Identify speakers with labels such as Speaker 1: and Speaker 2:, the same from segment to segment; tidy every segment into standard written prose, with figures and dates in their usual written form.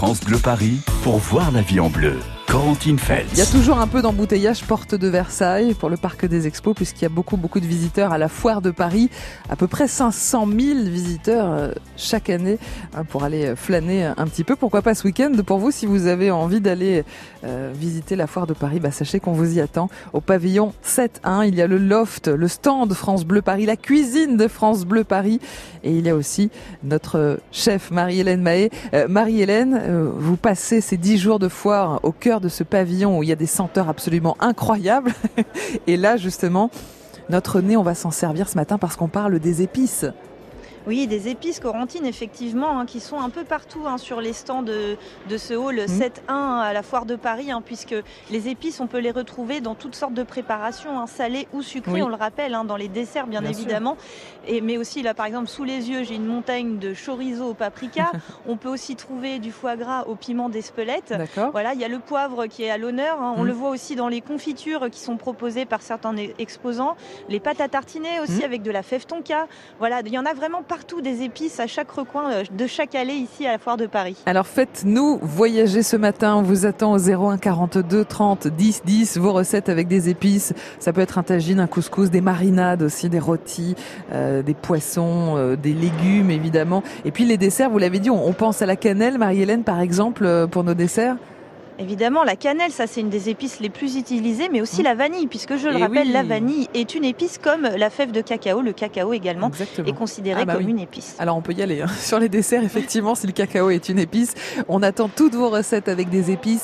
Speaker 1: France Bleu Paris pour voir la vie en bleu. Corentine Feltz.
Speaker 2: Il y a toujours un peu d'embouteillage porte de Versailles pour le parc des Expos puisqu'il y a beaucoup de visiteurs à la foire de Paris. À peu près 500 000 visiteurs chaque année pour aller flâner un petit peu. Pourquoi pas ce week-end pour vous si vous avez envie d'aller visiter la foire de Paris. Sachez qu'on vous y attend au pavillon 7-1. Il y a le loft, le stand France Bleu Paris, la cuisine de France Bleu Paris et il y a aussi notre chef Marie-Hélène Mahé. Marie-Hélène, vous passez ces 10 jours de foire au cœur de ce pavillon où il y a des senteurs absolument incroyables. Et là, justement, notre nez, on va s'en servir ce matin parce qu'on parle des épices.
Speaker 3: Oui, des épices corentines, effectivement, qui sont un peu partout sur les stands de ce hall 7-1 à la foire de Paris, puisque les épices, on peut les retrouver dans toutes sortes de préparations, salées ou sucrées, on le rappelle, dans les desserts, bien évidemment. Mais aussi, là, par exemple, sous les yeux, j'ai une montagne de chorizo au paprika. On peut aussi trouver du foie gras au piment d'Espelette. Voilà, il y a le poivre qui est à l'honneur. On le voit aussi dans les confitures qui sont proposées par certains exposants. Les pâtes à tartiner aussi avec de la fève tonka. Voilà, il y en a vraiment partout des épices à chaque recoin de chaque allée ici à la foire de Paris.
Speaker 2: Alors faites-nous voyager ce matin. On vous attend au 01 42 30 10 10. Vos recettes avec des épices. Ça peut être un tagine, un couscous, des marinades aussi, des rôtis, des poissons, des légumes évidemment. Et puis les desserts, vous l'avez dit, on pense à la cannelle, Marie-Hélène par exemple, pour nos desserts.
Speaker 3: Évidemment, la cannelle, ça c'est une des épices les plus utilisées, mais aussi la vanille, puisque je le rappelle, la vanille est une épice comme la fève de cacao. Le cacao également est considéré comme une épice.
Speaker 2: Alors on peut y aller sur les desserts, effectivement, si le cacao est une épice. On attend toutes vos recettes avec des épices.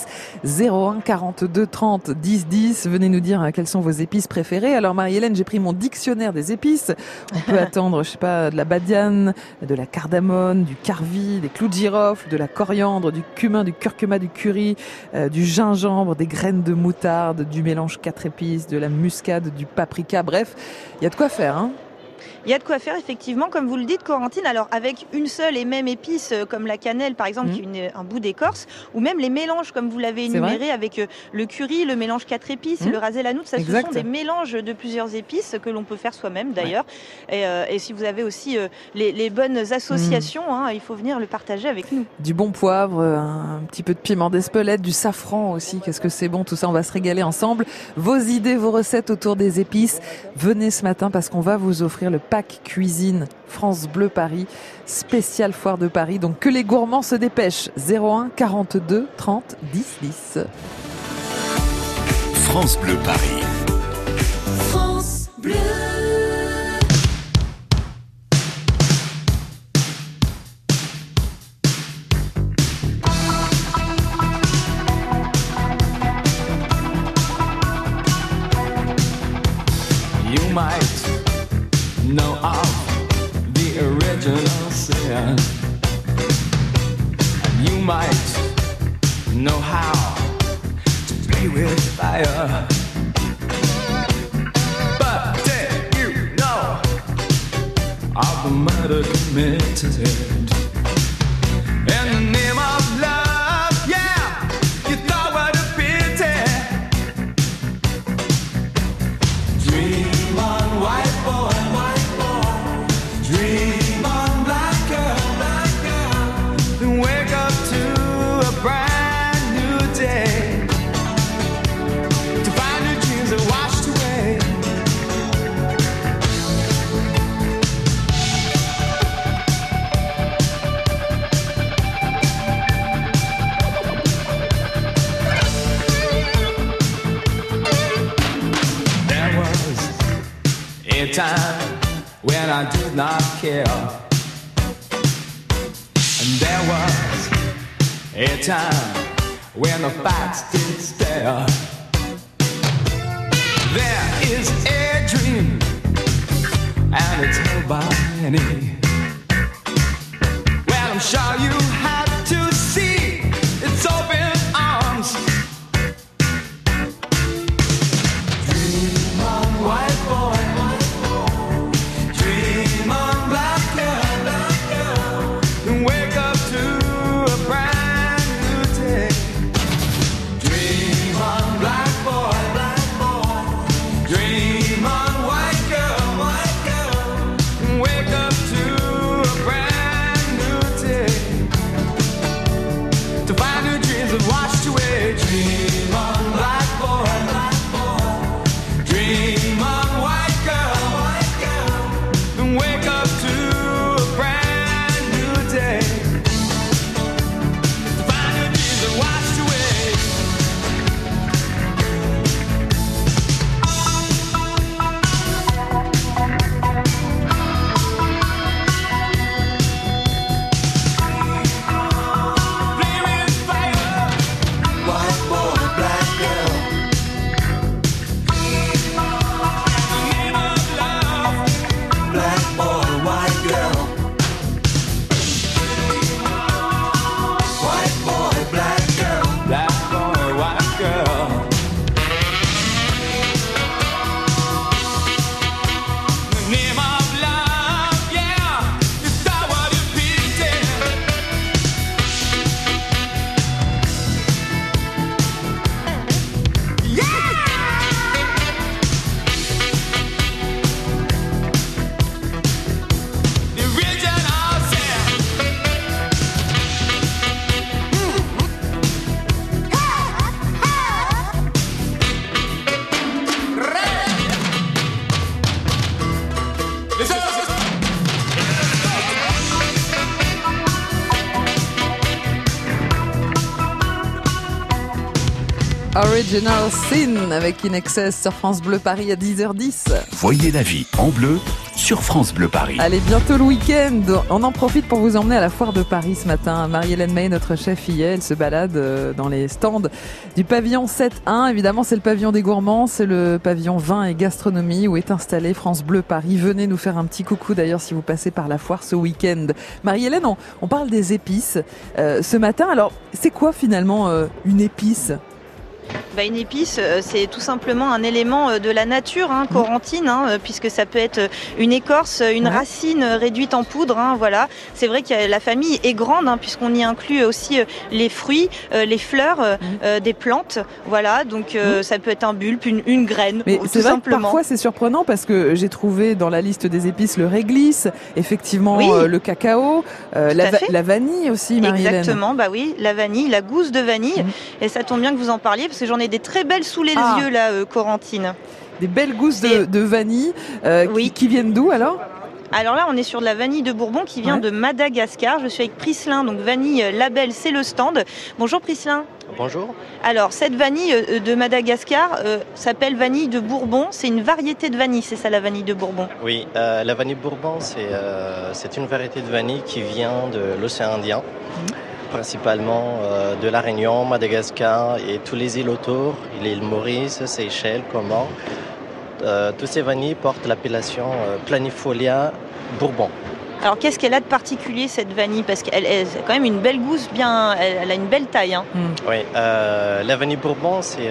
Speaker 2: 01 42 30 10 10. Venez nous dire quelles sont vos épices préférées. Alors Marie-Hélène, j'ai pris mon dictionnaire des épices. On peut attendre, je sais pas, de la badiane, de la cardamone, du carvi, des clous de girofle, de la coriandre, du cumin, du curcuma, du curry, du gingembre, des graines de moutarde, du mélange 4 épices, de la muscade, du paprika. Bref, il y a de quoi faire,
Speaker 3: Il y a de quoi faire, effectivement, comme vous le dites, Corentine. Alors, avec une seule et même épice, comme la cannelle, par exemple, qui est un bout d'écorce, ou même les mélanges, comme vous l'avez énuméré, avec le curry, le mélange 4 épices, le rasé la noutre. Ça, ce sont des mélanges de plusieurs épices que l'on peut faire soi-même, d'ailleurs. Et si vous avez aussi les bonnes associations, il faut venir le partager avec nous.
Speaker 2: Du bon poivre, un petit peu de piment d'Espelette, du safran aussi. Qu'est-ce que c'est bon, tout ça, on va se régaler ensemble. Vos idées, vos recettes autour des épices, venez ce matin parce qu'on va vous offrir le pack cuisine France Bleu Paris, spécial foire de Paris. Donc que les gourmands se dépêchent. 01 42 30 10 10.
Speaker 1: France Bleu Paris.
Speaker 4: France Bleu.
Speaker 5: You might know of the original sin, and you might know how to play with fire, but did you know of the murder committed in the name of love? Yeah, you thought what a pity. Dream on, white boy. Dream on, black girl, and wake up to a brand new day, to find your dreams are washed away. There was a time when I did not care, and there was a time when the facts did stare. There is a dream, and it's held by many. Well, I'm sure you have to see its open arms. Dream on, white boy. Dream on, black boy. Dream on, white girl. And wake up to a brand new day. To find your dreams are washed away. Flaming fire. White boy, black girl. The name of love. Black boy, white girl. White boy, black girl. Black boy, white girl. The name of love, yeah. It's not what it feels. The original sound.
Speaker 2: Original Sin avec In Excess sur France Bleu Paris à 10h10.
Speaker 1: Voyez la vie en bleu sur France Bleu Paris.
Speaker 2: Allez, bientôt le week-end. On en profite pour vous emmener à la foire de Paris ce matin. Marie-Hélène May, notre chef, y est. Elle se balade dans les stands du pavillon 7.1. Évidemment, c'est le pavillon des gourmands. C'est le pavillon vin et gastronomie où est installé France Bleu Paris. Venez nous faire un petit coucou d'ailleurs si vous passez par la foire ce week-end. Marie-Hélène, on parle des épices ce matin. Alors, c'est quoi finalement une épice ?
Speaker 3: Une épice, c'est tout simplement un élément de la nature, corentine, puisque ça peut être une écorce, une racine réduite en poudre. Voilà. C'est vrai que la famille est grande, puisqu'on y inclut aussi les fruits, les fleurs des plantes. Voilà, donc ça peut être un bulbe, une graine,
Speaker 2: mais
Speaker 3: tout
Speaker 2: c'est vrai
Speaker 3: simplement.
Speaker 2: Que parfois c'est surprenant parce que j'ai trouvé dans la liste des épices le réglisse, effectivement le cacao, la vanille aussi, Marie-Hélène.
Speaker 3: Exactement, oui, la vanille, la gousse de vanille. Et ça tombe bien que vous en parliez parce que j'en ai des très belles sous les yeux là, Corentine.
Speaker 2: Des belles gousses de vanille qui viennent d'où alors ?
Speaker 3: Alors là, on est sur de la vanille de Bourbon qui vient de Madagascar. Je suis avec Prislin, donc vanille label, c'est le stand. Bonjour Prislin.
Speaker 6: Bonjour.
Speaker 3: Alors, cette vanille de Madagascar s'appelle vanille de Bourbon. C'est une variété de vanille, c'est ça la vanille de Bourbon ?
Speaker 6: Oui, la vanille Bourbon, c'est une variété de vanille qui vient de l'océan Indien. Principalement de la Réunion, Madagascar et tous les îles autour, l'île Maurice, Seychelles, Comores. Toutes ces vanilles portent l'appellation Planifolia Bourbon.
Speaker 3: Alors qu'est-ce qu'elle a de particulier cette vanille ? Parce qu'elle a quand même une belle gousse, elle a une belle taille.
Speaker 6: Oui, la vanille Bourbon, c'est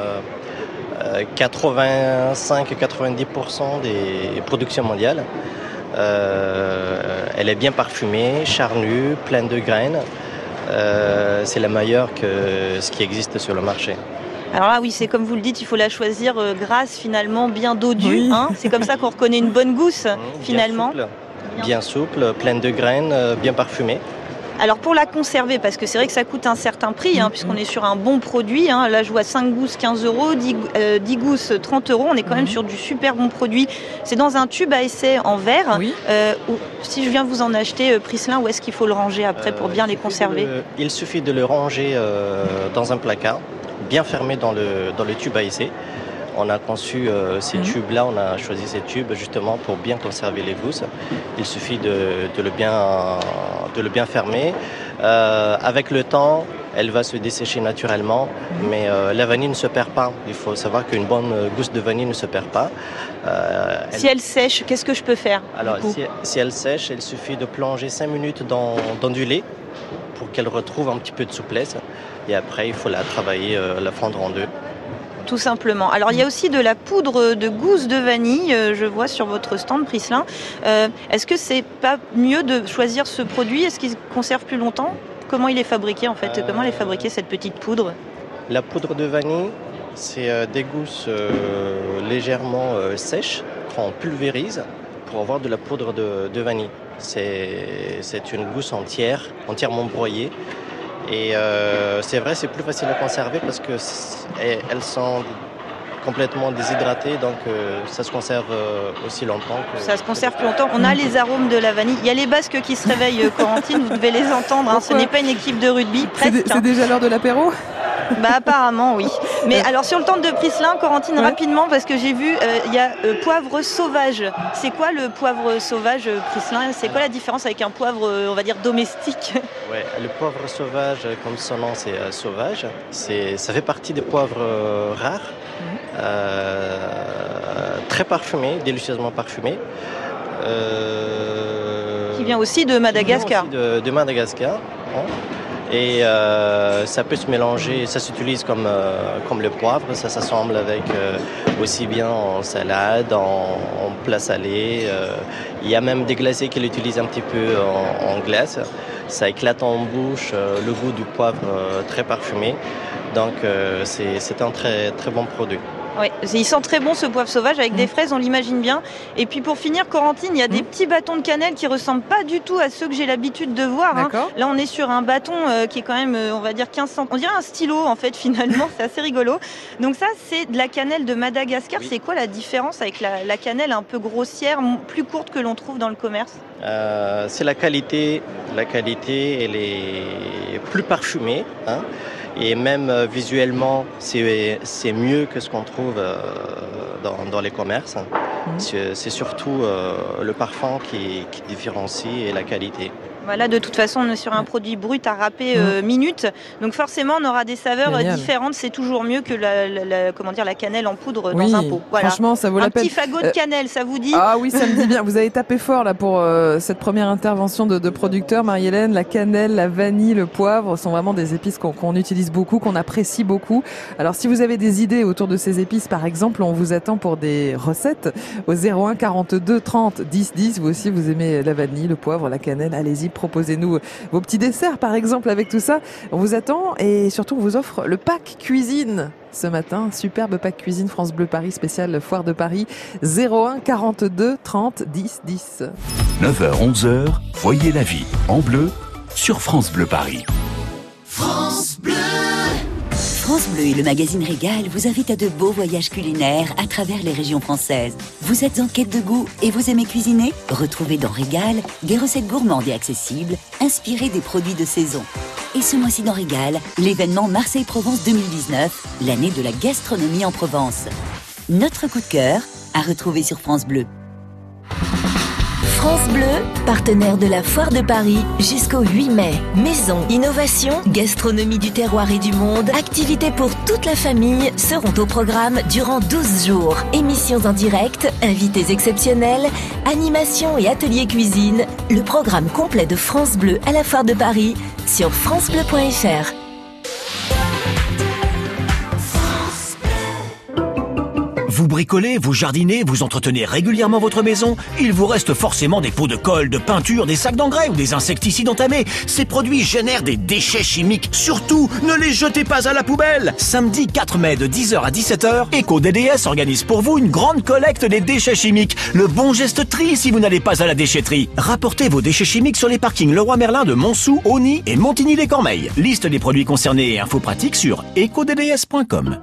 Speaker 6: 85-90% des productions mondiales. Elle est bien parfumée, charnue, pleine de graines. C'est la meilleure que ce qui existe sur le marché.
Speaker 3: Alors là, oui, c'est comme vous le dites, il faut la choisir grasse, finalement, bien dodue. C'est comme ça qu'on reconnaît une bonne gousse, finalement.
Speaker 6: Bien souple, pleine de graines, bien parfumée.
Speaker 3: Alors pour la conserver, parce que c'est vrai que ça coûte un certain prix, puisqu'on est sur un bon produit. Là, je vois 5 gousses, 15 euros, 10 gousses, 30 euros. On est quand même sur du super bon produit. C'est dans un tube à essai en verre. Si je viens vous en acheter, Prislin, où est-ce qu'il faut le ranger après pour bien les conserver ?
Speaker 6: Il suffit de le ranger dans un placard, bien fermé dans le tube à essai. On a conçu ces tubes-là, on a choisi ces tubes justement pour bien conserver les gousses. Il suffit de le bien fermer. Avec le temps, elle va se dessécher naturellement, mais la vanille ne se perd pas. Il faut savoir qu'une bonne gousse de vanille ne se perd pas.
Speaker 3: Si elle sèche, qu'est-ce que je peux faire ?
Speaker 6: Alors, si elle sèche, il suffit de plonger 5 minutes dans du lait pour qu'elle retrouve un petit peu de souplesse. Et après, il faut la travailler, la fendre en deux.
Speaker 3: Tout simplement. Alors il y a aussi de la poudre de gousse de vanille, je vois sur votre stand Prislin. Est-ce que c'est pas mieux de choisir ce produit ? Est-ce qu'il se conserve plus longtemps ? Comment il est fabriqué en fait ? Comment elle est fabriquée cette petite poudre ?
Speaker 6: La poudre de vanille, c'est des gousses légèrement sèches qu'on pulvérise pour avoir de la poudre de vanille. C'est une gousse entièrement broyée. Et c'est vrai, c'est plus facile à conserver parce que elles sont complètement déshydratées, donc ça se conserve aussi longtemps.
Speaker 3: Ça se conserve plus longtemps. On a les arômes de la vanille. Il y a les Basques qui se réveillent, Corentine, vous devez les entendre. Ce n'est pas une équipe de rugby, presque.
Speaker 2: C'est déjà l'heure de l'apéro ?
Speaker 3: Bah apparemment oui. Mais alors sur le tente de Prislin, Corentine, rapidement, parce que j'ai vu, il y a poivre sauvage. C'est quoi le poivre sauvage Prislin ? C'est quoi la différence avec un poivre, on va dire, domestique ?
Speaker 6: Ouais, le poivre sauvage, comme son nom c'est sauvage, ça fait partie des poivres rares, très parfumés, délicieusement parfumés.
Speaker 3: Qui vient aussi de Madagascar.
Speaker 6: De Madagascar. Hein. Et ça peut se mélanger, ça s'utilise comme le poivre, ça s'assemble avec aussi bien en salade, en plat salé. Il y a même des glaciers qui l'utilisent un petit peu en glace. Ça éclate en bouche, le goût du poivre très parfumé. Donc c'est un très, très bon produit.
Speaker 3: Oui, il sent très bon ce poivre sauvage avec des fraises, on l'imagine bien. Et puis pour finir, Corentine, il y a des petits bâtons de cannelle qui ressemblent pas du tout à ceux que j'ai l'habitude de voir. Là, on est sur un bâton qui est quand même, on va dire 15 cm. On dirait un stylo en fait finalement, c'est assez rigolo. Donc ça, c'est de la cannelle de Madagascar. Oui. C'est quoi la différence avec la cannelle un peu grossière, plus courte que l'on trouve dans le commerce ?
Speaker 6: C'est la qualité. La qualité, elle est plus parfumée. Et même visuellement, c'est mieux que ce qu'on trouve dans les commerces. C'est surtout le parfum qui différencie et la qualité.
Speaker 3: Voilà, de toute façon, on est sur un produit brut à râper minute. Donc forcément, on aura des saveurs différentes. C'est toujours mieux que la cannelle en poudre dans un pot. Voilà.
Speaker 2: Franchement, ça vaut la peine.
Speaker 3: Un petit fagot de cannelle, ça vous dit ?
Speaker 2: Ah oui, ça me dit bien. Vous avez tapé fort là pour cette première intervention de producteur, Marie-Hélène. La cannelle, la vanille, le poivre sont vraiment des épices qu'on utilise beaucoup, qu'on apprécie beaucoup. Alors si vous avez des idées autour de ces épices, par exemple, on vous attend pour des recettes au 01 42 30 10 10. Vous aussi, vous aimez la vanille, le poivre, la cannelle. Allez-y, proposez-nous vos petits desserts, par exemple, avec tout ça. On vous attend et surtout, on vous offre le pack cuisine. Ce matin, superbe pack cuisine France Bleu Paris spécial Foire de Paris, 01 42 30 10 10.
Speaker 1: 9h-11h, voyez la vie en bleu sur France Bleu Paris.
Speaker 4: France Bleu.
Speaker 7: France Bleu et le magazine Régal vous invitent à de beaux voyages culinaires à travers les régions françaises. Vous êtes en quête de goût et vous aimez cuisiner ? Retrouvez dans Régal des recettes gourmandes et accessibles, inspirées des produits de saison. Et ce mois-ci dans Régal, l'événement Marseille-Provence 2019, l'année de la gastronomie en Provence. Notre coup de cœur à retrouver sur France Bleu.
Speaker 8: France Bleu, partenaire de la Foire de Paris jusqu'au 8 mai. Maison, innovation, gastronomie du terroir et du monde, activités pour toute la famille seront au programme durant 12 jours. Émissions en direct, invités exceptionnels, animations et ateliers cuisine. Le programme complet de France Bleu à la Foire de Paris sur francebleu.fr.
Speaker 9: Vous bricolez, vous jardinez, vous entretenez régulièrement votre maison, il vous reste forcément des pots de colle, de peinture, des sacs d'engrais ou des insecticides entamés. Ces produits génèrent des déchets chimiques. Surtout, ne les jetez pas à la poubelle. Samedi 4 mai de 10h à 17h, EcoDDS organise pour vous une grande collecte des déchets chimiques. Le bon geste tri si vous n'allez pas à la déchetterie. Rapportez vos déchets chimiques sur les parkings Leroy Merlin de Montsou, Auny et Montigny-les-Cormeilles. Liste des produits concernés et infos pratiques sur ecodds.com.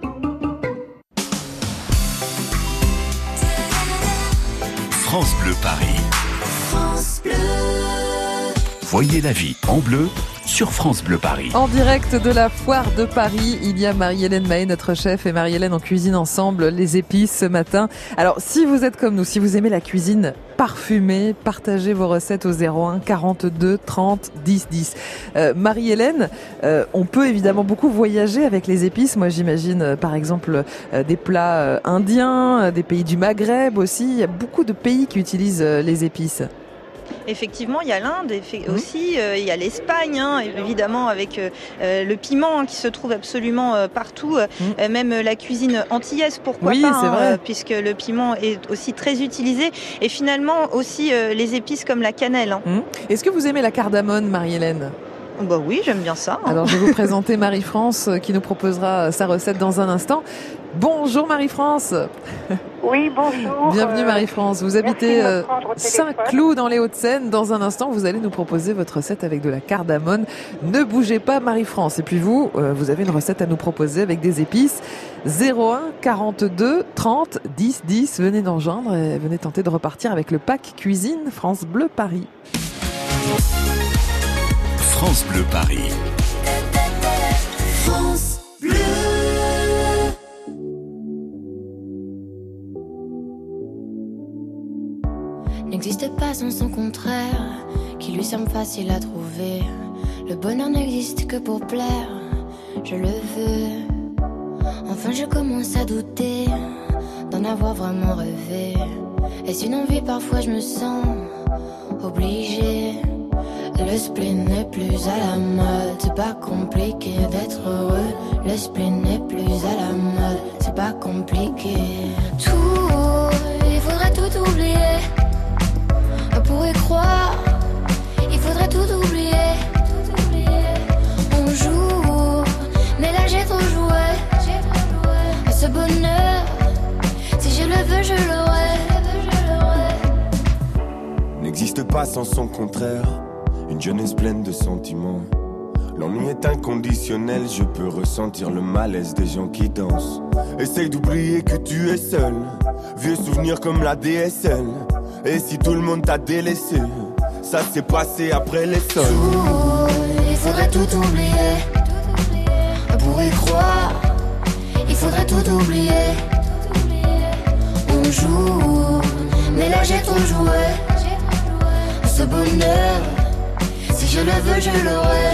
Speaker 1: France Bleu Paris.
Speaker 4: France Bleu.
Speaker 1: Voyez la vie en bleu sur France Bleu Paris.
Speaker 2: En direct de la Foire de Paris, il y a Marie-Hélène Mahé, notre chef, et Marie-Hélène en cuisine ensemble les épices ce matin. Alors, si vous êtes comme nous, si vous aimez la cuisine parfumée, partagez vos recettes au 01 42 30 10 10. Marie-Hélène, on peut évidemment beaucoup voyager avec les épices. Moi, j'imagine, par exemple, des plats indiens, des pays du Maghreb aussi. Il y a beaucoup de pays qui utilisent les épices.
Speaker 3: Effectivement, il y a l'Inde aussi, il y a l'Espagne, évidemment, avec le piment qui se trouve absolument partout, même la cuisine antillaise, pourquoi pas,
Speaker 2: c'est vrai.
Speaker 3: Puisque le piment est aussi très utilisé, et finalement aussi les épices comme la cannelle.
Speaker 2: Est-ce que vous aimez la cardamone, Marie-Hélène ?
Speaker 3: Bah oui, j'aime bien ça.
Speaker 2: Alors je vais vous présenter Marie-France qui nous proposera sa recette dans un instant. Bonjour Marie-France.
Speaker 10: Oui, bonjour.
Speaker 2: Bienvenue Marie-France. Vous habitez Saint-Cloud dans les Hauts-de-Seine. Dans un instant, vous allez nous proposer votre recette avec de la cardamone. Ne bougez pas Marie-France. Et puis vous, vous avez une recette à nous proposer avec des épices. 01 42 30 10 10. Venez d'en joindre et venez tenter de repartir avec le pack cuisine France Bleu Paris.
Speaker 1: France Bleu Paris.
Speaker 4: France Bleu.
Speaker 11: N'existe pas sans son contraire, qui lui semble facile à trouver. Le bonheur n'existe que pour plaire, je le veux. Enfin je commence à douter d'en avoir vraiment rêvé. Est-ce une envie? Parfois je me sens obligée. Le spleen n'est plus à la mode, c'est pas compliqué d'être heureux. Le spleen n'est plus à la mode, c'est pas compliqué. Tout, il faudrait tout oublier. Pour y croire, il faudrait tout oublier. On joue, mais là j'ai trop joué. Ce bonheur, si je le veux, je l'aurai.
Speaker 12: N'existe pas sans son contraire, une jeunesse pleine de sentiments. L'ennui est inconditionnel, je peux ressentir le malaise des gens qui dansent. Essaye d'oublier que tu es seul, vieux souvenirs comme la DSL. Et si tout le monde t'a délaissé, ça s'est passé après les sols.
Speaker 11: Il faudrait tout oublier. Pour y croire, il faudrait tout oublier. On joue, mais là j'ai trop joué. Ce bonheur, si je le veux, je l'aurai.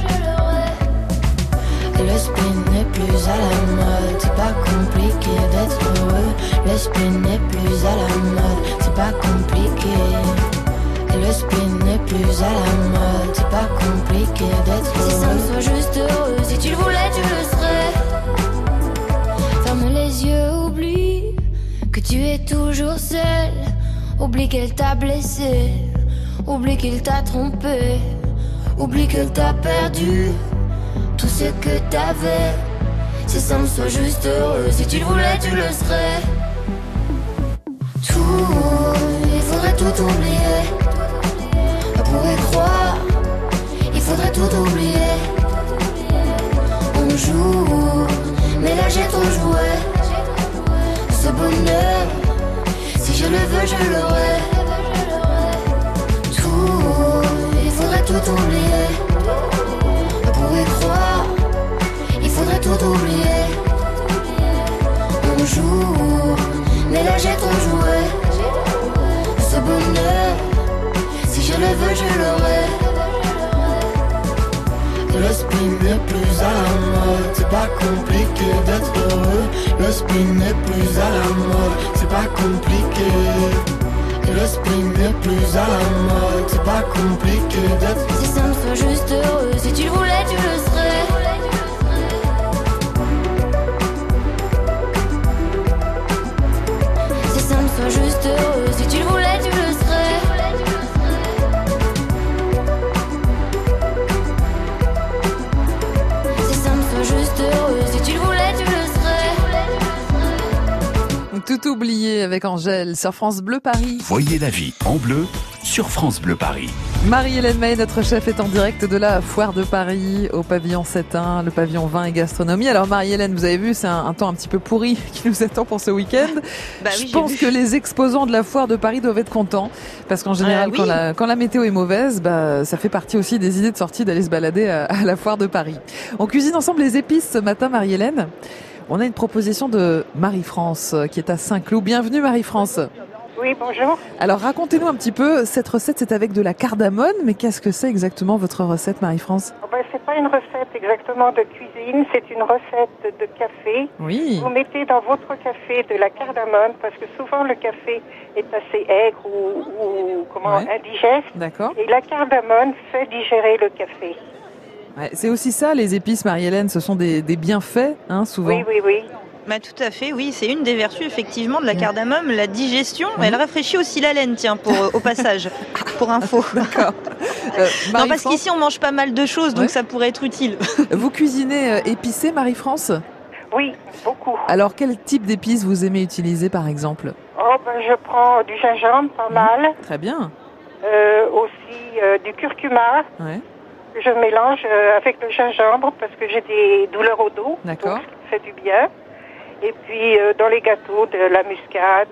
Speaker 11: Le spleen n'est plus à la mode, c'est pas compliqué d'être heureux. Le spleen n'est plus à la mode, c'est pas compliqué. Le spleen n'est plus à la mode, c'est pas compliqué d'être heureux. Si ça me soit juste heureux, si tu le voulais, tu le serais. Ferme les yeux, oublie que tu es toujours seul. Oublie qu'elle t'a blessé, oublie qu'il t'a trompé, oublie qu'elle t'a perdu tout ce que t'avais. Si ça me soit juste heureux, si tu le voulais, tu le serais. Tout, il faudrait tout oublier. Pour y croire, il faudrait tout oublier. On joue, mais là j'ai trop joué. Ce bonheur, si je le veux, je l'aurai. Tout, il faudrait tout oublier. Pour y croire, il faudrait tout oublier. On joue, mais là j'ai trop joué. Ce bonheur, si je le veux, je l'aurai. Le spleen n'est plus à la mode, c'est pas compliqué d'être heureux. Le spleen n'est plus à la mode, c'est pas compliqué. Le spleen n'est plus à la mode, c'est pas compliqué d'être. Si ça me soit juste heureux, si tu le voulais, tu le serais. Si ça me soit juste heureux, si tu le voulais, tu le serais. Si ça me soit juste heureux, si tu le voulais, tu le serais.
Speaker 2: Tout oublié avec Angèle sur France Bleu Paris.
Speaker 1: Voyez la vie en bleu sur France Bleu Paris.
Speaker 2: Marie-Hélène May, notre chef, est en direct de la Foire de Paris au pavillon 7.1, le pavillon vin et gastronomie. Alors Marie-Hélène, vous avez vu, c'est un temps un petit peu pourri qui nous attend pour ce week-end.
Speaker 3: Bah oui,
Speaker 2: je pense que les exposants de la Foire de Paris doivent être contents parce qu'en général,
Speaker 3: oui.
Speaker 2: quand la météo est mauvaise, ça fait partie aussi des idées de sortie d'aller se balader à la Foire de Paris. On cuisine ensemble les épices ce matin, Marie-Hélène. On a une proposition de Marie-France qui est à Saint-Cloud. Bienvenue Marie-France.
Speaker 10: Oui, bonjour.
Speaker 2: Alors racontez-nous un petit peu, cette recette c'est avec de la cardamone, mais qu'est-ce que c'est exactement votre recette Marie-France?
Speaker 10: C'est pas une recette exactement de cuisine, c'est une recette de café.
Speaker 2: Oui.
Speaker 10: Vous mettez dans votre café de la cardamone parce que souvent le café est assez aigre ou indigeste.
Speaker 2: D'accord.
Speaker 10: Et la cardamone fait digérer le café.
Speaker 2: Ouais, c'est aussi ça les épices Marie-Hélène, ce sont des bienfaits souvent.
Speaker 10: Oui.
Speaker 3: Bah, tout à fait, oui, c'est une des vertus effectivement de la cardamome, la digestion. Elle rafraîchit aussi la laine, tiens, au passage. pour info.
Speaker 2: D'accord.
Speaker 3: Non, parce
Speaker 2: Marie-France,
Speaker 3: qu'ici, on mange pas mal de choses, donc
Speaker 2: Ouais.
Speaker 3: ça pourrait être utile.
Speaker 2: vous cuisinez épicé, Marie-France?
Speaker 10: Oui, beaucoup.
Speaker 2: Alors, quel type d'épices vous aimez utiliser, par exemple?
Speaker 10: Oh, ben, je prends du gingembre, pas mal.
Speaker 2: Très bien.
Speaker 10: Aussi du curcuma.
Speaker 2: Ouais.
Speaker 10: Que je mélange avec le gingembre parce que j'ai des douleurs au dos.
Speaker 2: D'accord.
Speaker 10: Donc, ça fait du bien. Et puis, dans les gâteaux, de la muscade,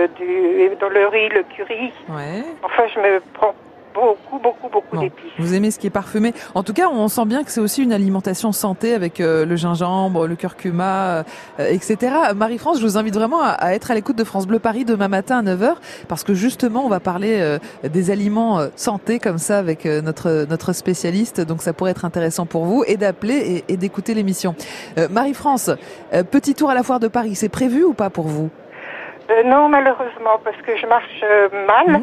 Speaker 10: dans le riz, le curry.
Speaker 2: Ouais.
Speaker 10: Enfin, je me prends beaucoup
Speaker 2: Bon,
Speaker 10: d'épices.
Speaker 2: vous aimez ce qui est parfumé. En tout cas, on sent bien que c'est aussi une alimentation santé avec le gingembre, le curcuma, etc. Marie-France, je vous invite vraiment à être à l'écoute de France Bleu Paris demain matin à 9h parce que justement, on va parler des aliments santé comme ça avec notre spécialiste. Donc, ça pourrait être intéressant pour vous et d'appeler et d'écouter l'émission. Marie-France, petit tour à la foire de Paris, c'est prévu ou pas pour vous?
Speaker 10: Non, malheureusement, parce que je marche mal.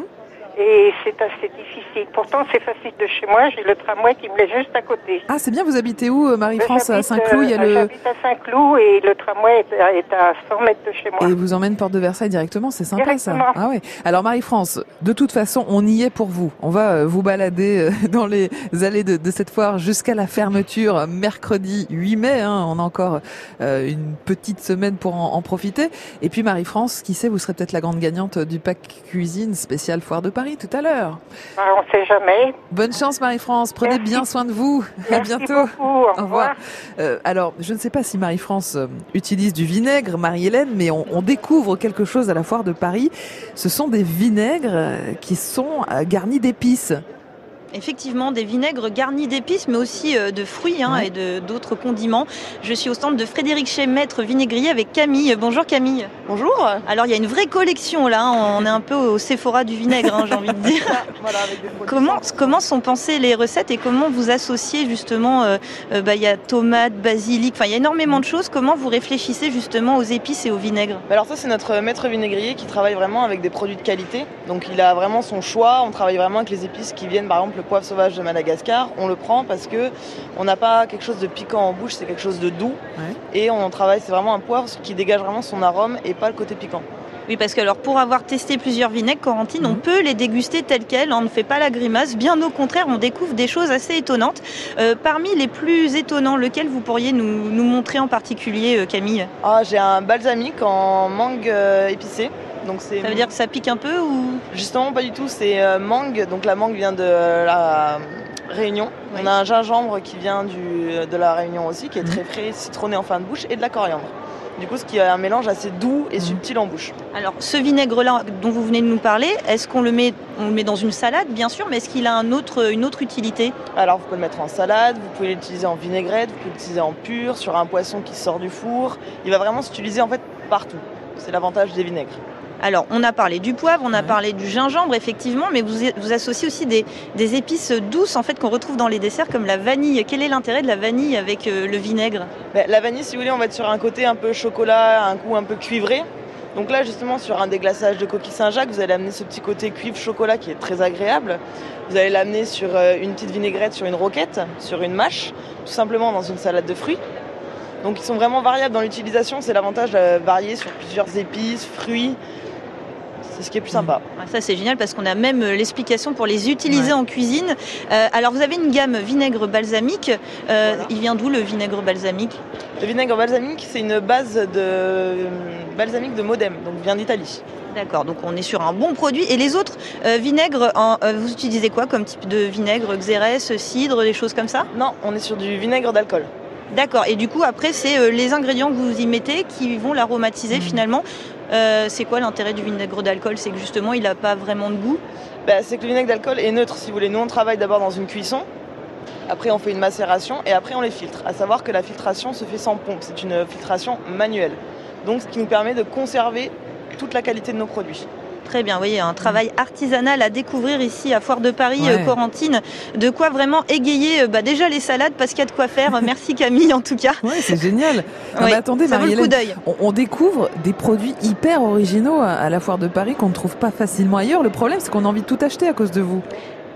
Speaker 10: Et c'est assez difficile. Pourtant, c'est facile de chez moi. J'ai le tramway qui me laisse juste à côté.
Speaker 2: Ah, c'est bien. Vous habitez où, Marie-France? À
Speaker 10: J'habite,
Speaker 2: Saint-Cloud, il y a le...
Speaker 10: J'habite à Saint-Cloud et le tramway est à 100 mètres de chez moi.
Speaker 2: Et vous emmène Porte de Versailles directement, c'est sympa
Speaker 10: Directement.
Speaker 2: ça. Ah ouais. Alors Marie-France, de toute façon, on y est pour vous. On va vous balader dans les allées de cette foire jusqu'à la fermeture mercredi 8 mai. On a encore une petite semaine pour en profiter. Et puis Marie-France, qui sait, vous serez peut-être la grande gagnante du pack cuisine spécial foire de Paris tout à l'heure.
Speaker 10: On sait jamais.
Speaker 2: Bonne chance Marie-France, prenez bien soin de vous. À
Speaker 10: Merci
Speaker 2: bientôt.
Speaker 10: beaucoup. Au revoir.
Speaker 2: Alors, je ne sais pas si Marie-France utilise du vinaigre, Marie-Hélène, mais on découvre quelque chose à la foire de Paris. Ce sont des vinaigres qui sont garnis d'épices.
Speaker 3: Effectivement, des vinaigres garnis d'épices, mais aussi de fruits
Speaker 2: Ouais.
Speaker 3: et d'autres condiments. Je suis au stand de Frédéric Chez, maître vinaigrier, avec Camille. Bonjour Camille.
Speaker 13: Bonjour.
Speaker 3: Alors, il y a une vraie collection là. On est un peu au Sephora du vinaigre, j'ai envie de dire.
Speaker 13: Voilà, avec des produits
Speaker 3: Comment sont pensées les recettes et comment vous associez justement, il y a tomates, basilic, enfin il y a énormément de choses. Comment vous réfléchissez justement aux épices et au vinaigre?
Speaker 13: Alors ça, c'est notre maître vinaigrier qui travaille vraiment avec des produits de qualité. Donc il a vraiment son choix. On travaille vraiment avec les épices qui viennent, par exemple le poivre sauvage de Madagascar. On le prend parce que on n'a pas quelque chose de piquant en bouche, c'est quelque chose de doux.
Speaker 2: Ouais.
Speaker 13: Et on en travaille, c'est vraiment un poivre qui dégage vraiment son arôme et pas le côté piquant.
Speaker 3: Oui, parce que alors pour avoir testé plusieurs vinaigres, Corentine, on peut les déguster tels quels, on ne fait pas la grimace, bien au contraire, on découvre des choses assez étonnantes. Parmi les plus étonnants, lequel vous pourriez nous montrer en particulier, Camille?
Speaker 13: J'ai un balsamique en mangue épicée. Donc
Speaker 3: Ça veut dire que ça pique un peu ou...
Speaker 13: Justement, pas du tout, c'est mangue. Donc la mangue vient de la Réunion.
Speaker 3: Oui.
Speaker 13: On a un gingembre qui vient de la Réunion aussi, qui est très frais, citronné en fin de bouche, et de la coriandre. Du coup, ce qui est un mélange assez doux et subtil en bouche.
Speaker 3: Alors, ce vinaigre-là dont vous venez de nous parler, est-ce qu'on le met dans une salade, bien sûr, mais est-ce qu'il a une autre utilité?
Speaker 13: Alors, vous pouvez le mettre en salade, vous pouvez l'utiliser en vinaigrette, vous pouvez l'utiliser en pur, sur un poisson qui sort du four. Il va vraiment s'utiliser en fait partout. C'est l'avantage des vinaigres.
Speaker 3: Alors, on a parlé du poivre, on a parlé du gingembre, effectivement, mais vous associez aussi des épices douces, en fait, qu'on retrouve dans les desserts, comme la vanille. Quel est l'intérêt de la vanille avec le vinaigre?
Speaker 13: La vanille, si vous voulez, on va être sur un côté un peu chocolat, un goût un peu cuivré. Donc là, justement, sur un déglaçage de coquille Saint-Jacques, vous allez amener ce petit côté cuivre-chocolat qui est très agréable. Vous allez l'amener sur une petite vinaigrette, sur une roquette, sur une mâche, tout simplement dans une salade de fruits. Donc ils sont vraiment variables dans l'utilisation. C'est l'avantage de varier sur plusieurs épices, fruits. C'est ce qui est plus sympa.
Speaker 3: Ça, c'est génial parce qu'on a même l'explication pour les utiliser en cuisine. Alors, vous avez une gamme vinaigre balsamique. Il vient d'où le vinaigre balsamique?
Speaker 13: Le vinaigre balsamique, c'est une base de balsamique de Modène, donc vient d'Italie.
Speaker 3: D'accord, donc on est sur un bon produit. Et les autres vinaigres, vous utilisez quoi comme type de vinaigre? Xérès, cidre, des choses comme ça?
Speaker 13: Non, on est sur du vinaigre d'alcool.
Speaker 3: D'accord, et du coup, après, c'est les ingrédients que vous y mettez qui vont l'aromatiser finalement. C'est quoi l'intérêt du vinaigre d'alcool? C'est que justement, il n'a pas vraiment de goût?
Speaker 13: C'est que le vinaigre d'alcool est neutre, si vous voulez. Nous, on travaille d'abord dans une cuisson. Après, on fait une macération et après, on les filtre. À savoir que la filtration se fait sans pompe. C'est une filtration manuelle. Donc, ce qui nous permet de conserver toute la qualité de nos produits.
Speaker 3: Très bien, vous voyez, un travail artisanal à découvrir ici à Foire de Paris, Corentine. De quoi vraiment égayer déjà les salades parce qu'il y a de quoi faire. Merci Camille en tout cas.
Speaker 2: Ouais, c'est génial. Non, mais attendez,
Speaker 3: ça vaut le coup
Speaker 2: Marie-Hélène,
Speaker 3: d'œil.
Speaker 2: on découvre des produits hyper originaux à la Foire de Paris qu'on ne trouve pas facilement ailleurs. Le problème, c'est qu'on a envie de tout acheter à cause de vous.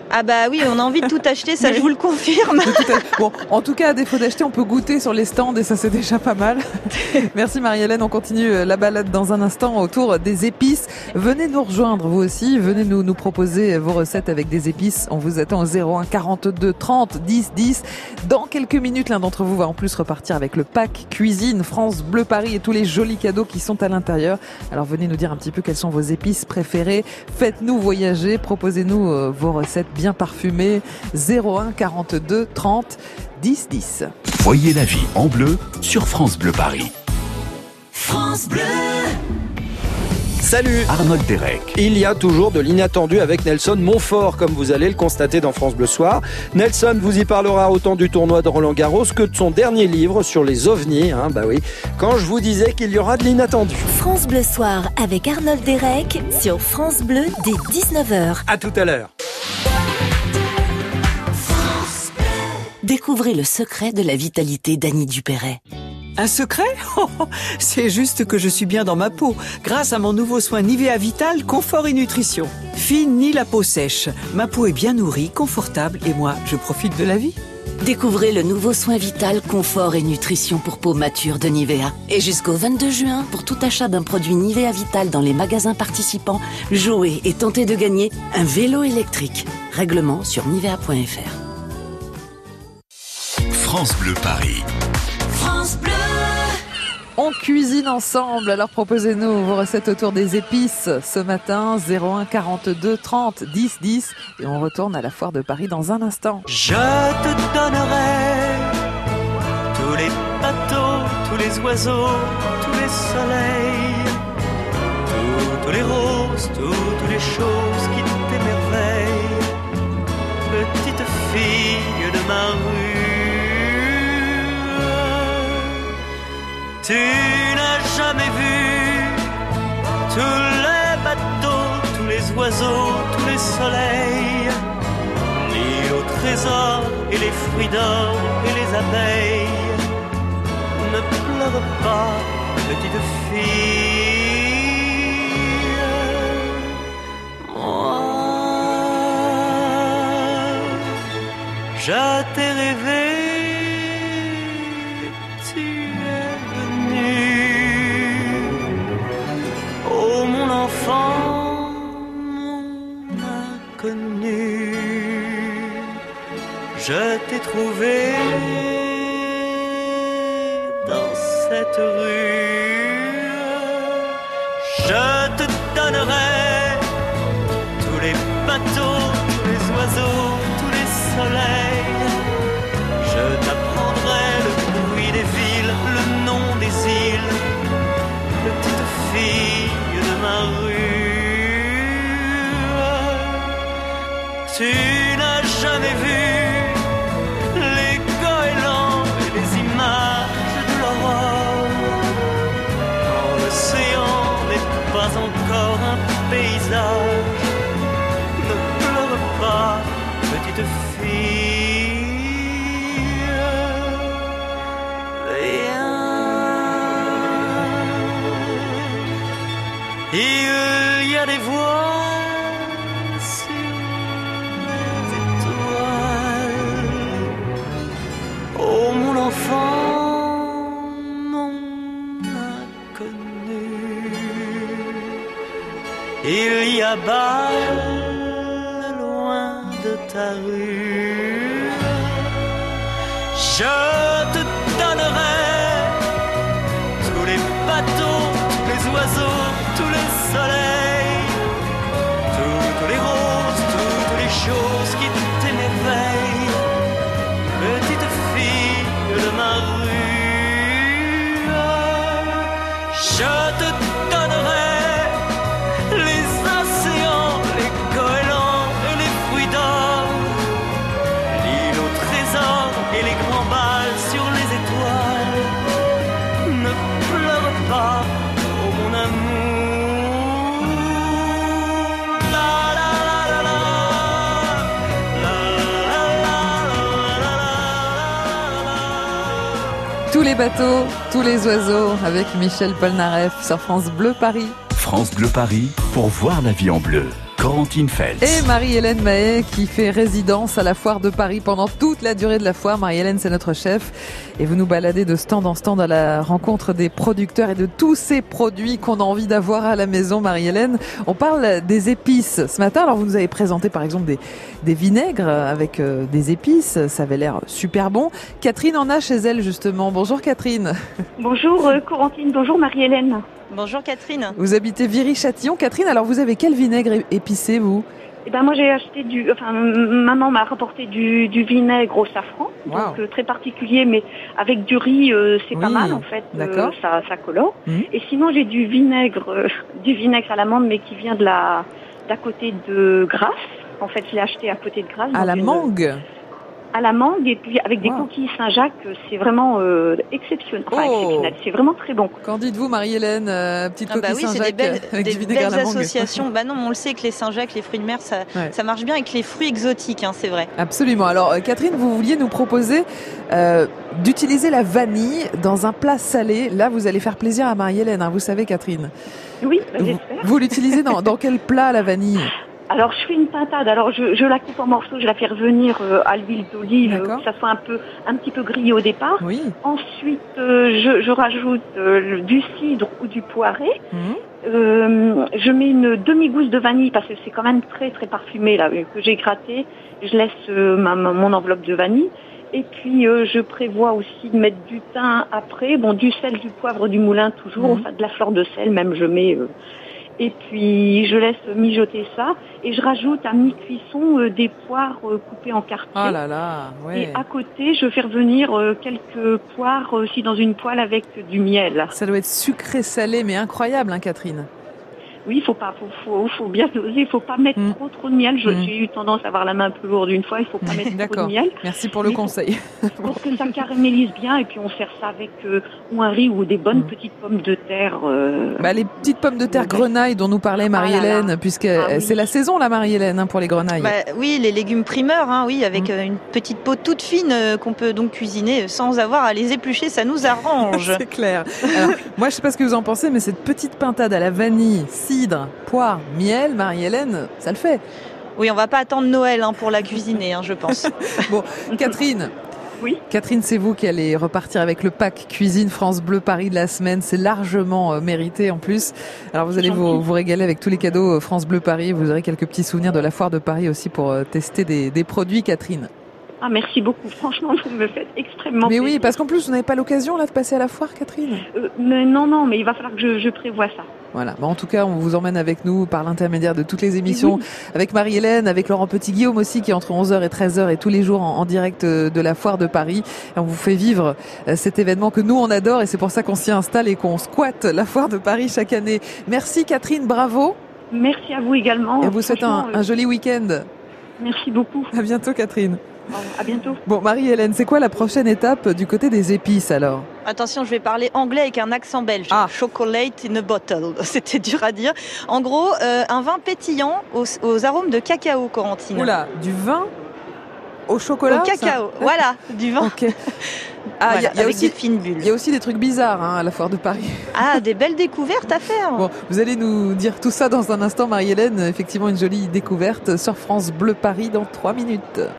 Speaker 3: Ah bah oui, on a envie de tout acheter, ça je vous le confirme.
Speaker 2: Bon, en tout cas, à défaut d'acheter, on peut goûter sur les stands et ça c'est déjà pas mal. Merci Marie-Hélène, on continue la balade dans un instant autour des épices. Venez nous rejoindre vous aussi, venez nous proposer vos recettes avec des épices. On vous attend au 01 42 30 10 10. Dans quelques minutes, l'un d'entre vous va en plus repartir avec le pack cuisine France Bleu Paris et tous les jolis cadeaux qui sont à l'intérieur. Alors venez nous dire un petit peu quelles sont vos épices préférées. Faites-nous voyager, proposez-nous vos recettes bien parfumées. 01 42 30 10 10.
Speaker 1: Voyez la vie en bleu sur France Bleu Paris.
Speaker 4: France Bleu.
Speaker 14: Salut
Speaker 1: Arnold Derek.
Speaker 14: Il y a toujours de l'inattendu avec Nelson Montfort, comme vous allez le constater dans France Bleu Soir. Nelson vous y parlera autant du tournoi de Roland-Garros que de son dernier livre sur les ovnis. Bah oui, quand je vous disais qu'il y aura de l'inattendu.
Speaker 8: France Bleu Soir avec Arnold Derek sur France Bleu dès 19h.
Speaker 14: À tout à l'heure.
Speaker 7: Découvrez le secret de la vitalité d'Annie Dupéret.
Speaker 15: Un secret ? C'est juste que je suis bien dans ma peau, grâce à mon nouveau soin Nivea Vital Confort et Nutrition. Fini la peau sèche, ma peau est bien nourrie, confortable et moi, je profite de la vie.
Speaker 7: Découvrez le nouveau soin Vital Confort et Nutrition pour peau mature de Nivea. Et jusqu'au 22 juin, pour tout achat d'un produit Nivea Vital dans les magasins participants, jouez et tentez de gagner un vélo électrique. Règlement sur nivea.fr.
Speaker 1: France Bleu Paris.
Speaker 4: France Bleu.
Speaker 2: On cuisine ensemble, alors proposez-nous vos recettes autour des épices ce matin, 01 42 30 10 10, et on retourne à la foire de Paris dans un instant.
Speaker 5: Je te donnerai tous les bateaux, tous les oiseaux, tous les soleils, toutes les roses, toutes les choses qui t'émerveillent, petite fille de ma rue. Tu n'as jamais vu tous les bateaux, tous les oiseaux, tous les soleils, ni au trésor et les fruits d'or et les abeilles. Ne pleure pas, petite fille. Moi, je t'ai rêvé. Enfant, mon inconnu, je t'ai trouvé dans cette rue. Je te donnerai tous les bateaux, tous les oiseaux, tous les soleils. Je t'apprendrai le bruit des villes, le nom des îles, petite fille de ma rue. Tu n'as jamais vu les goélands et les images de l'aurore, quand l'océan n'est pas encore un paysage. Ne pleure pas, petite fille. Viens. Il y a des voiles sur les étoiles. Oh mon enfant, mon inconnu. Il y a bal loin de ta rue. Je te donnerai tous les bateaux, tous les oiseaux, tous les soleils, toutes les roses, toutes les choses qui t'émerveillent, petite fille de ma rue. Je te donnerai les océans, les goélands et les fruits d'or, l'île au trésor et les grands bals sur les étoiles. Ne pleure pas, oh mon amour. La la la la la.
Speaker 2: Tous les bateaux, tous les oiseaux, avec Michel Polnareff sur France Bleu Paris.
Speaker 1: France Bleu Paris, pour voir la vie en bleu. Corentine Feltz.
Speaker 2: Et Marie-Hélène Mahé qui fait résidence à la foire de Paris pendant toute la durée de la foire. Marie-Hélène, c'est notre chef. Et vous nous baladez de stand en stand à la rencontre des producteurs et de tous ces produits qu'on a envie d'avoir à la maison, Marie-Hélène. On parle des épices ce matin. Alors, vous nous avez présenté par exemple des vinaigres avec des épices. Ça avait l'air super bon. Catherine en a chez elle justement. Bonjour Catherine.
Speaker 16: Bonjour Corentine, bonjour Marie-Hélène.
Speaker 3: Bonjour Catherine.
Speaker 2: Vous habitez Viry-Châtillon. Catherine, alors vous avez quel vinaigre épicé vous ?
Speaker 16: Eh ben moi j'ai acheté maman m'a rapporté du vinaigre au safran,
Speaker 2: Wow.
Speaker 16: donc très particulier, mais avec du riz c'est pas mal en fait,
Speaker 2: D'accord.
Speaker 16: Ça colore.
Speaker 2: Mhm.
Speaker 16: Et sinon j'ai du vinaigre à l'amande, mais qui vient d'à côté de Grasse. En fait je l'ai acheté à côté de Grasse.
Speaker 2: À la mangue.
Speaker 16: À la mangue, et puis avec des coquilles Saint-Jacques, c'est vraiment exceptionnel. Enfin, exceptionnel, c'est vraiment très bon.
Speaker 2: Qu'en dites-vous Marie-Hélène, petite coquille
Speaker 3: oui, c'est
Speaker 2: Saint-Jacques avec du vinaigre à la mangue.
Speaker 3: associations. Bah non, on le sait que les Saint-Jacques, les fruits de mer, ça marche bien avec les fruits exotiques, hein, c'est vrai.
Speaker 2: Absolument. Alors Catherine, vous vouliez nous proposer d'utiliser la vanille dans un plat salé. Là, vous allez faire plaisir à Marie-Hélène, hein, vous savez Catherine.
Speaker 16: Oui, j'espère.
Speaker 2: Vous l'utilisez dans quel plat la vanille ?
Speaker 16: Alors je fais une pintade, alors je la coupe en morceaux, je la fais revenir à l'huile d'olive, que ça soit un petit peu grillé au départ.
Speaker 2: Oui.
Speaker 16: Ensuite je rajoute du cidre ou du poiré. Je mets une demi-gousse de vanille parce que c'est quand même très très parfumé là, que j'ai gratté. Je laisse mon enveloppe de vanille. Et puis je prévois aussi de mettre du thym après, du sel, du poivre, du moulin toujours, enfin de la fleur de sel même je mets. Et puis je laisse mijoter ça et je rajoute à mi-cuisson des poires coupées en quartiers.
Speaker 2: Oh là là, ouais.
Speaker 16: Et à côté, je fais revenir quelques poires aussi dans une poêle avec du miel.
Speaker 2: Ça doit être sucré salé mais incroyable, hein, Catherine.
Speaker 16: Oui, faut bien doser, il faut pas mettre trop de miel. J'ai eu tendance à avoir la main un peu lourde une fois, il faut pas mettre trop de miel.
Speaker 2: Merci pour le conseil.
Speaker 16: Pour que ça caramélise bien, et puis on sert ça avec ou un riz ou des bonnes petites pommes de terre.
Speaker 2: Les petites pommes de terre grenailles dont nous parlait Marie-Hélène, puisque c'est la saison là, Marie-Hélène, hein, pour les grenailles.
Speaker 3: Oui, les légumes primeurs, hein, oui, avec une petite peau toute fine qu'on peut donc cuisiner sans avoir à les éplucher, ça nous arrange.
Speaker 2: C'est clair. Alors, moi, je sais pas ce que vous en pensez, mais cette petite pintade à la vanille, cidre, poire, miel, Marie-Hélène, ça le fait.
Speaker 3: Oui, on va pas attendre Noël pour la cuisiner, je pense.
Speaker 2: Bon, Catherine.
Speaker 16: Oui.
Speaker 2: Catherine, c'est vous qui allez repartir avec le pack cuisine France Bleu Paris de la semaine. C'est largement mérité en plus. Alors vous allez vous régaler avec tous les cadeaux France Bleu Paris. Vous aurez quelques petits souvenirs de la foire de Paris aussi pour tester des produits, Catherine.
Speaker 16: Ah, merci beaucoup. Franchement, vous me faites extrêmement plaisir.
Speaker 2: Mais oui, parce qu'en plus, vous n'avez pas l'occasion là de passer à la foire, Catherine.
Speaker 16: Non, mais il va falloir que je prévoie ça.
Speaker 2: Voilà. En tout cas, on vous emmène avec nous par l'intermédiaire de toutes les émissions, avec Marie-Hélène, avec Laurent Petit-Guillaume aussi, qui est entre 11h et 13h et tous les jours en direct de la foire de Paris. Et on vous fait vivre cet événement que nous, on adore, et c'est pour ça qu'on s'y installe et qu'on squatte la foire de Paris chaque année. Merci Catherine, bravo.
Speaker 16: Merci à vous également.
Speaker 2: Et on vous souhaite un joli week-end.
Speaker 16: Merci beaucoup.
Speaker 2: À bientôt Catherine.
Speaker 16: À bientôt.
Speaker 2: Bon, Marie-Hélène, c'est quoi la prochaine étape du côté des épices alors ?
Speaker 3: Attention, je vais parler anglais avec un accent belge. Chocolate in a bottle. C'était dur à dire. En gros, un vin pétillant aux arômes de cacao, Corentine.
Speaker 2: Oula, du vin au chocolat ?
Speaker 3: Au cacao, voilà, du vin.
Speaker 2: Ok. Ah,
Speaker 3: voilà,
Speaker 2: il y a
Speaker 3: avec
Speaker 2: aussi
Speaker 3: des fines bulles.
Speaker 2: Il y a aussi des trucs bizarres à la foire de Paris.
Speaker 3: Ah, des belles découvertes à faire.
Speaker 2: Bon, vous allez nous dire tout ça dans un instant, Marie-Hélène. Effectivement, une jolie découverte sur France Bleu Paris dans 3 minutes.